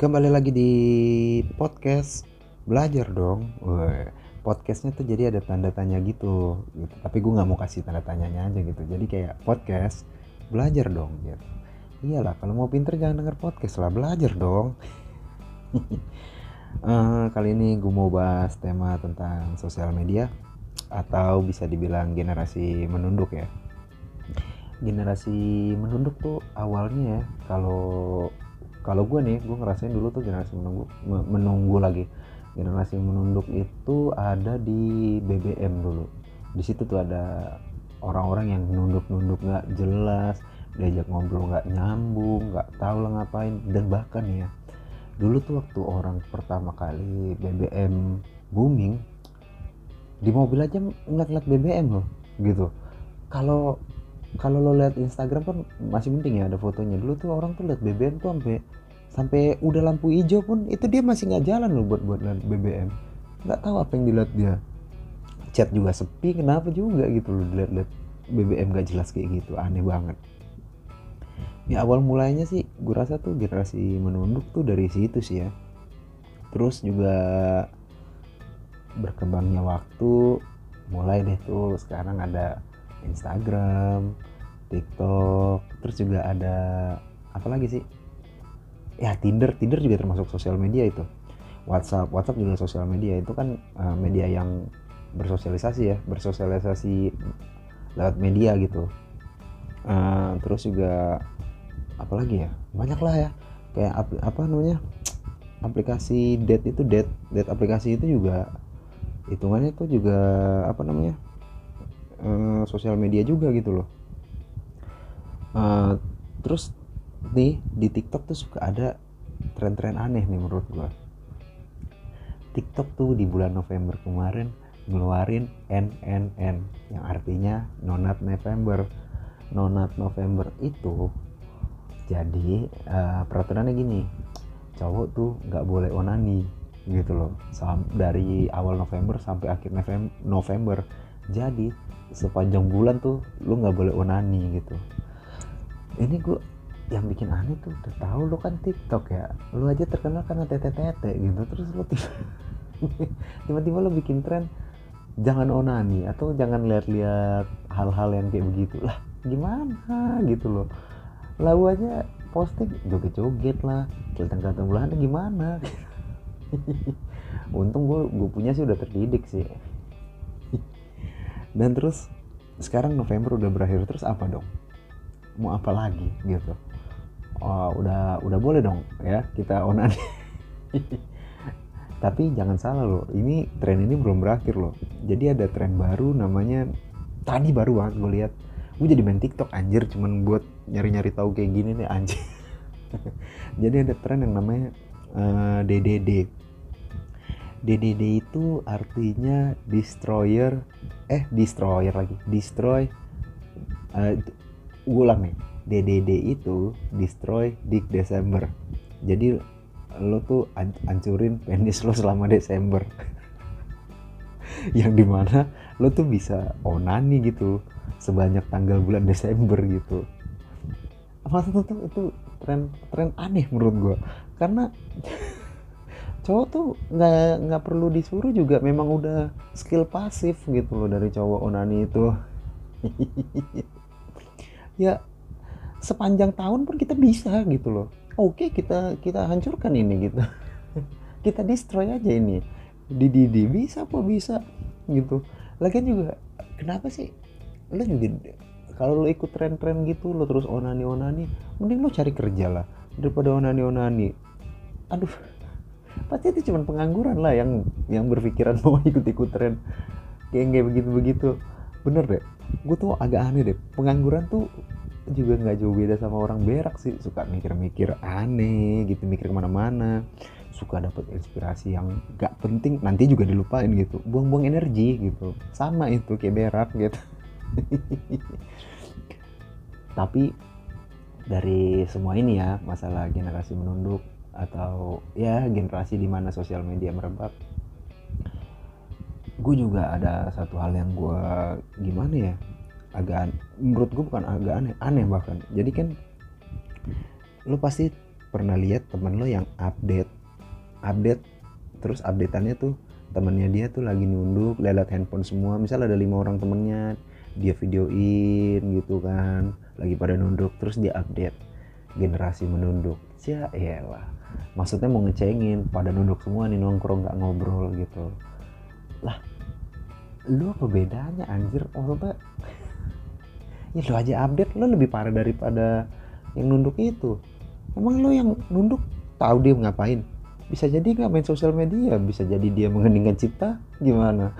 Kembali lagi di podcast belajar dong. Podcastnya tuh jadi ada tanda tanya gitu. Tapi gue nggak mau kasih tanda tanyanya aja gitu. Jadi kayak podcast belajar dong gitu. Iyalah, kalau mau pinter jangan denger podcast lah, belajar dong. Kali ini gue mau bahas tema tentang sosial media atau bisa dibilang generasi menunduk ya. Generasi menunduk tuh awalnya ya, kalau kalau gue ngerasain dulu tuh generasi menunggu lagi. Generasi menunduk itu ada di BBM dulu. Di situ tuh ada orang-orang yang nunduk-nunduk nggak jelas, diajak ngobrol nggak nyambung, nggak tahu lah ngapain. Dan bahkan ya, dulu tuh waktu orang pertama kali BBM booming, di mobil aja ngeliat BBM loh gitu. Kalau kalau lo lihat Instagram kan masih penting ya ada fotonya. Dulu tuh orang tuh lihat BBM tuh sampai sampai udah lampu hijau pun itu dia masih nggak jalan loh buat lihat BBM. Nggak tahu apa yang dilihat dia. Chat juga sepi, kenapa juga gitu loh dilihat BBM gak jelas kayak gitu, aneh banget. Ya awal mulainya sih gue rasa tuh generasi menunduk tuh dari situ sih ya. Terus juga berkembangnya waktu, mulai deh tuh sekarang ada Instagram, TikTok, terus juga ada apa lagi sih? Ya Tinder juga termasuk sosial media itu. WhatsApp juga sosial media, itu kan media yang bersosialisasi lewat media gitu. Terus juga apa lagi ya? Banyak lah ya. Kayak apa namanya? Aplikasi date aplikasi itu juga hitungannya tuh juga apa namanya? Sosial media juga gitu loh. Terus nih di TikTok tuh suka ada tren-tren aneh nih menurut gua. TikTok tuh di bulan November kemarin ngeluarin NNN yang artinya Nonat November. Nonat November itu jadi peraturannya gini, cowok tuh nggak boleh onani gitu loh dari awal November sampai akhir November. Jadi sepanjang bulan tuh lu nggak boleh onani gitu. Ini gue yang bikin aneh tuh, udah tahu lu kan TikTok ya, lu aja terkenal karena tete gitu, terus lu tiba-tiba lu bikin tren jangan onani atau jangan lihat-lihat hal-hal yang kayak begitu lah, gimana gitu loh. Lalu aja posting joget-joget lah, kelihatan bulannya gimana. Untung gue punya sih udah terdidik sih. Dan terus sekarang November udah berakhir, terus apa dong, mau apa lagi gitu. Udah boleh dong ya kita onani. Tapi jangan salah loh, ini tren ini belum berakhir loh. Jadi ada tren baru namanya, tadi baru banget gue lihat. Gue jadi main TikTok anjir cuman buat nyari-nyari tahu kayak gini nih anjir. Jadi ada tren yang namanya DDD. DDD itu artinya destroy ulang nih. DDD itu destroy Dick December. Jadi lo tuh hancurin penis lo selama Desember. Yang dimana lo tuh bisa onani gitu sebanyak tanggal bulan Desember gitu. Maksudnya tuh itu tren aneh menurut gue, karena cowok tuh nggak perlu disuruh juga, memang udah skill pasif gitu loh dari cowok onani itu. Ya sepanjang tahun pun kita bisa gitu loh. Oke, kita hancurkan ini gitu. Kita destroy aja ini. Di bisa kok, bisa gitu. Lagian juga kenapa sih lo juga, kalau lo ikut tren-tren gitu lo terus onani, mending lo cari kerja lah daripada onani. Aduh, pasti itu cuma pengangguran lah yang berpikiran mau ikut-ikut tren kayak begitu. Bener deh, gue tuh agak aneh deh, pengangguran tuh juga nggak jauh beda sama orang berak sih, suka mikir-mikir aneh gitu, mikir kemana-mana, suka dapet inspirasi yang nggak penting nanti juga dilupain gitu, buang-buang energi gitu, sama itu kayak berak gitu. Tapi dari semua ini ya, masalah generasi menunduk atau ya generasi dimana sosial media merebak, gue juga ada satu hal yang gue gimana ya, menurut gue bukan agak aneh bahkan. Jadi kan lo pasti pernah lihat temen lo yang update terus updateannya tuh temennya dia tuh lagi nunduk lihat handphone semua, misal ada 5 orang temennya, dia videoin gitu kan lagi pada nunduk, terus dia update generasi menunduk. Ya elah, maksudnya mau ngecengin pada nunduk semua nih, nongkrong nggak ngobrol gitu lah. Lu apa bedanya anjir? Maksudnya ya lu aja update, lu lebih parah daripada yang nunduk itu. Emang lu yang nunduk tahu dia ngapain? Bisa jadi nggak main sosial media, bisa jadi dia mengheningkan cipta, gimana?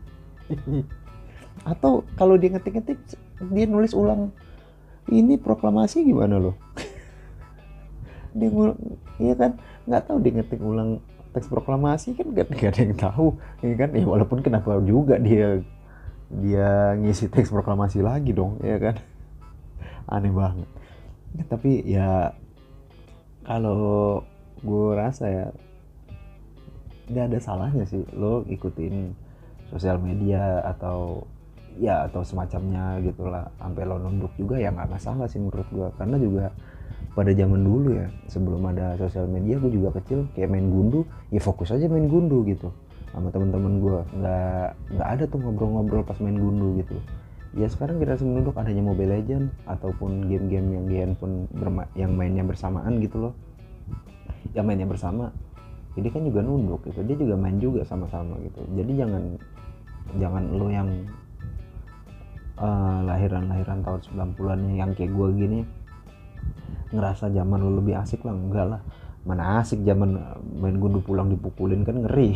Atau kalau dia ngetik-ngetik, dia nulis ulang ini proklamasi, gimana lo? Dia iya kan, nggak tahu dia ngetik ulang teks proklamasi kan, nggak ada yang tahu, ya kan? Ya walaupun kenapa juga dia ngisi teks proklamasi lagi dong, ya kan? Aneh banget. Ya, tapi ya kalau gue rasa ya nggak ada salahnya sih lo ikutin sosial media atau semacamnya gitulah, sampai lo nunduk juga ya nggak masalah sih menurut gue. Karena juga pada zaman dulu ya, sebelum ada sosial media, gue juga kecil kayak main gundu, ya fokus aja main gundu gitu sama teman-teman gue, nggak ada tuh ngobrol-ngobrol pas main gundu gitu. Ya sekarang generasi menunduk adanya Mobile Legend ataupun game-game yang di handphone yang mainnya bersamaan gitu loh, yang mainnya bersama, jadi kan juga nunduk gitu, dia juga main juga sama-sama gitu. Jadi jangan lo yang lahiran tahun 90-an yang kayak gue gini ngerasa zaman lo lebih asik lah. Enggak lah, mana asik zaman main gundu pulang dipukulin, kan ngeri.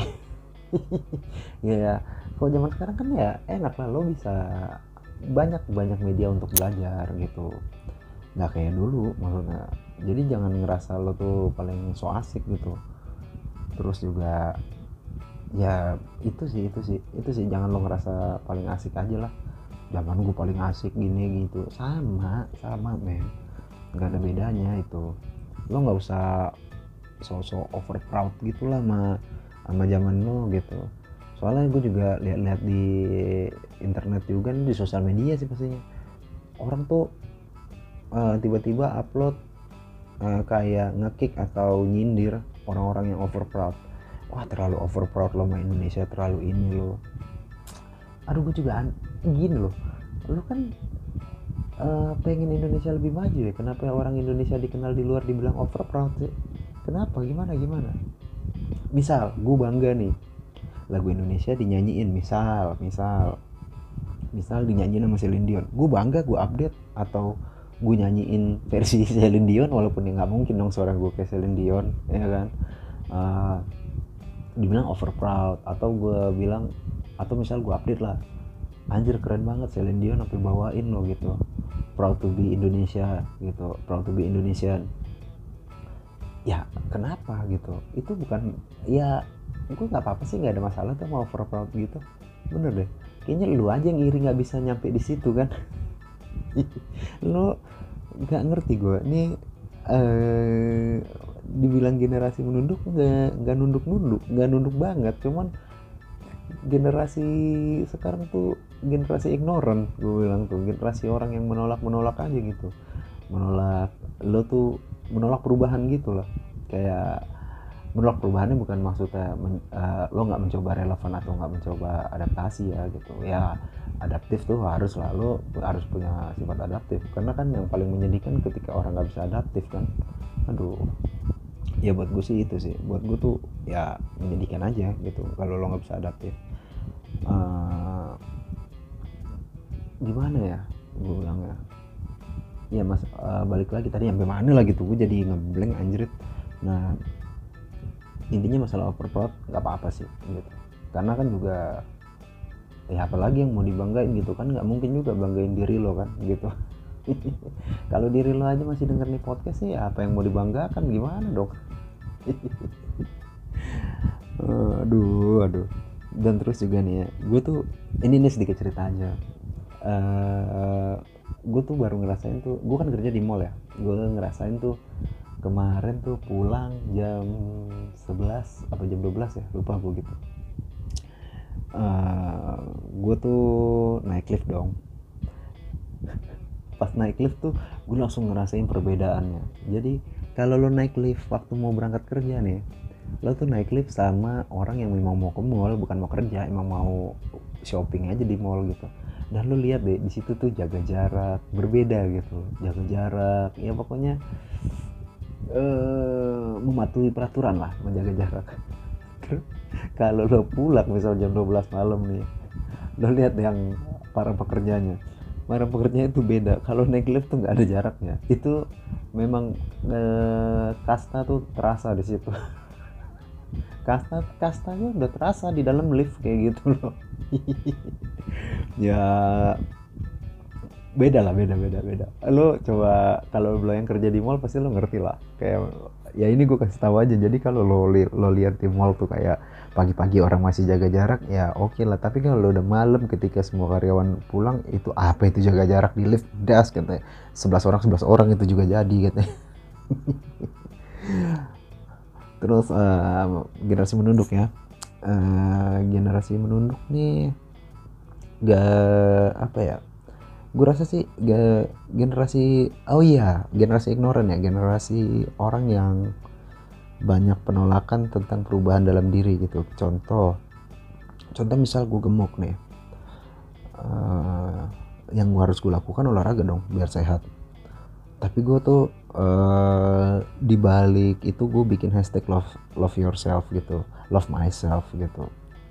Ya kalau zaman sekarang kan ya enak lah, lo bisa banyak media untuk belajar gitu, nggak kayak dulu maksudnya. Jadi jangan ngerasa lo tuh paling so asik gitu. Terus juga ya itu sih jangan lo ngerasa paling asik aja lah, zaman gue paling asik gini gitu, sama men, nggak ada bedanya itu. Lo nggak usah so over proud gitulah sama zaman lo gitu. Soalnya gue juga lihat di internet juga, di sosial media sih pastinya, orang tuh tiba-tiba upload kayak ngekick atau nyindir orang-orang yang over proud. Wah terlalu over proud lo sama Indonesia, terlalu ini lo. Aduh gue juga gini loh, lo kan pengen Indonesia lebih maju ya, kenapa orang Indonesia dikenal di luar dibilang over proud sih? Kenapa? Gimana? Misal gue bangga nih lagu Indonesia dinyanyiin, misal dinyanyiin sama Celine Dion, gue bangga, gue update atau gue nyanyiin versi Celine Dion, walaupun ya nggak mungkin dong suara gue kayak Celine Dion, ya kan? Dibilang over proud, atau gue bilang, atau misal gue update lah, anjir keren banget Celine Dion sampai bawain lo gitu, proud to be Indonesia gitu, proud to be Indonesian. Ya kenapa gitu? Itu bukan, ya gue nggak apa-apa sih, nggak ada masalah tuh mau over proud gitu, bener deh. Kayaknya lu aja yang iri nggak bisa nyampe di situ kan. Lo nggak ngerti gue nih, dibilang generasi menunduk, nggak nunduk banget, cuman generasi sekarang tuh generasi ignorant, gue bilang tuh generasi orang yang menolak aja gitu, menolak perubahan gitu loh. Kayak menolak perubahannya bukan maksudnya lo nggak mencoba relevan atau nggak mencoba adaptasi ya gitu ya. Adaptif tuh harus punya sifat adaptif, karena kan yang paling menyedihkan ketika orang nggak bisa adaptif kan. Aduh, ya buat gue sih itu sih, buat gue tuh ya menyedihkan aja gitu kalau lo nggak bisa adaptif. Gimana ya gue bilangnya ya mas, balik lagi tadi sampai mana lagi tuh, gue jadi ngeblank anjrit. Nah intinya masalah overproud nggak apa-apa sih gitu, karena kan juga ya apalagi yang mau dibanggain gitu kan, nggak mungkin juga banggain diri lo kan gitu. Kalau diri lo aja masih denger nih podcast sih, apa yang mau dibanggakan, gimana dong? Aduh. Dan terus juga nih ya, gue tuh ini sedikit cerita aja. Gue tuh baru ngerasain tuh, gue kan kerja di mall ya, gue ngerasain tuh kemarin tuh pulang jam 11 apa jam 12 ya, lupa gue gitu. Gue tuh naik lift dong. Pas naik lift tuh gue langsung ngerasain perbedaannya. Jadi Kalau lo naik lift waktu mau berangkat kerja nih, lo tuh naik lift sama orang yang memang mau ke mall, bukan mau kerja, emang mau shopping aja di mall gitu. Dan lo lihat deh di situ tuh jaga jarak, berbeda gitu, jaga jarak, ya pokoknya mematuhi peraturan lah, menjaga jarak. Kalau lo pulang misal jam 12 malam nih, lo lihat yang para pekerjanya itu beda. Kalau naik lift tuh nggak ada jaraknya, itu memang kasta tuh terasa di situ. Kastanya udah terasa di dalam lift kayak gitu loh. Ya beda lah, beda lo coba, kalau lo yang kerja di mall pasti lo ngerti lah, kayak ya ini gue kasih tahu aja. Jadi kalau lo lihat di mall tuh kayak pagi-pagi orang masih jaga jarak, ya oke lah. Tapi kalau lo udah malam ketika semua karyawan pulang, itu apa itu jaga jarak di lift, das katanya 11 orang itu juga jadi katanya. Terus generasi menunduk ya, generasi menunduk nih gak apa ya, gue rasa sih generasi, oh iya, generasi ignoran ya, generasi orang yang banyak penolakan tentang perubahan dalam diri gitu. Contoh misal gue gemuk nih, yang harus gue lakukan olahraga dong biar sehat. Tapi gue tuh di balik itu gue bikin hashtag love yourself gitu, love myself gitu.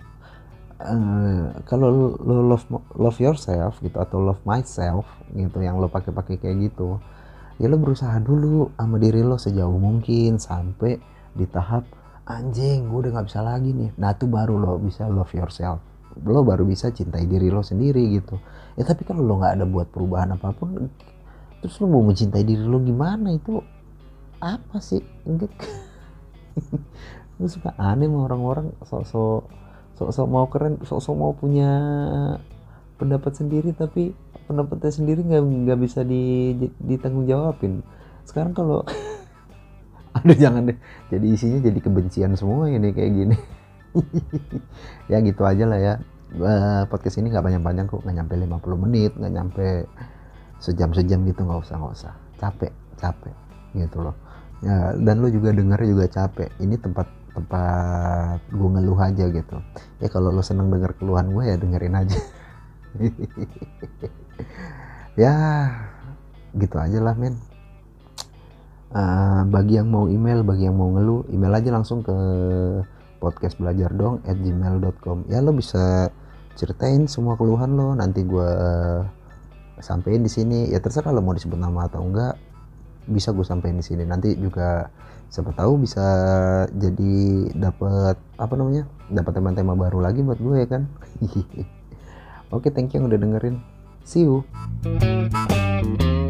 Kalau lo love yourself gitu atau love myself gitu, yang lo pakai kayak gitu, ya lo berusaha dulu sama diri lo sejauh mungkin sampai di tahap anjing gue udah nggak bisa lagi nih. Nah itu baru lo bisa love yourself, lo baru bisa cintai diri lo sendiri gitu. Ya tapi kalau lo nggak ada buat perubahan apapun, terus lo mau mencintai diri lo gimana? Itu apa sih? Enggak. Gue suka aneh sama orang-orang sok mau keren, sok mau punya pendapat sendiri, tapi pendapatnya sendiri nggak bisa ditanggung jawabin. Sekarang kalau aduh jangan deh, jadi isinya jadi kebencian semua ini kayak gini. Ya gitu aja lah ya. Podcast ini nggak panjang-panjang kok, nggak nyampe 50 menit, nggak nyampe sejam gitu, nggak usah capek gitu loh ya. Dan lo juga dengar juga capek, ini tempat gue ngeluh aja gitu ya. Kalau lo seneng denger keluhan gue ya dengerin aja. Ya gitu aja lah men. Bagi yang mau email, bagi yang mau ngeluh, email aja langsung ke podcastbelajardong@gmail.com. Ya lo bisa ceritain semua keluhan lo, nanti gue sampein di sini. Ya terserah lo mau disebut nama atau enggak, bisa gue sampein di sini. Nanti juga siapa tahu bisa jadi dapat apa namanya, dapat tema-tema baru lagi buat gue ya kan. Oke, thank you yang udah dengerin. See you.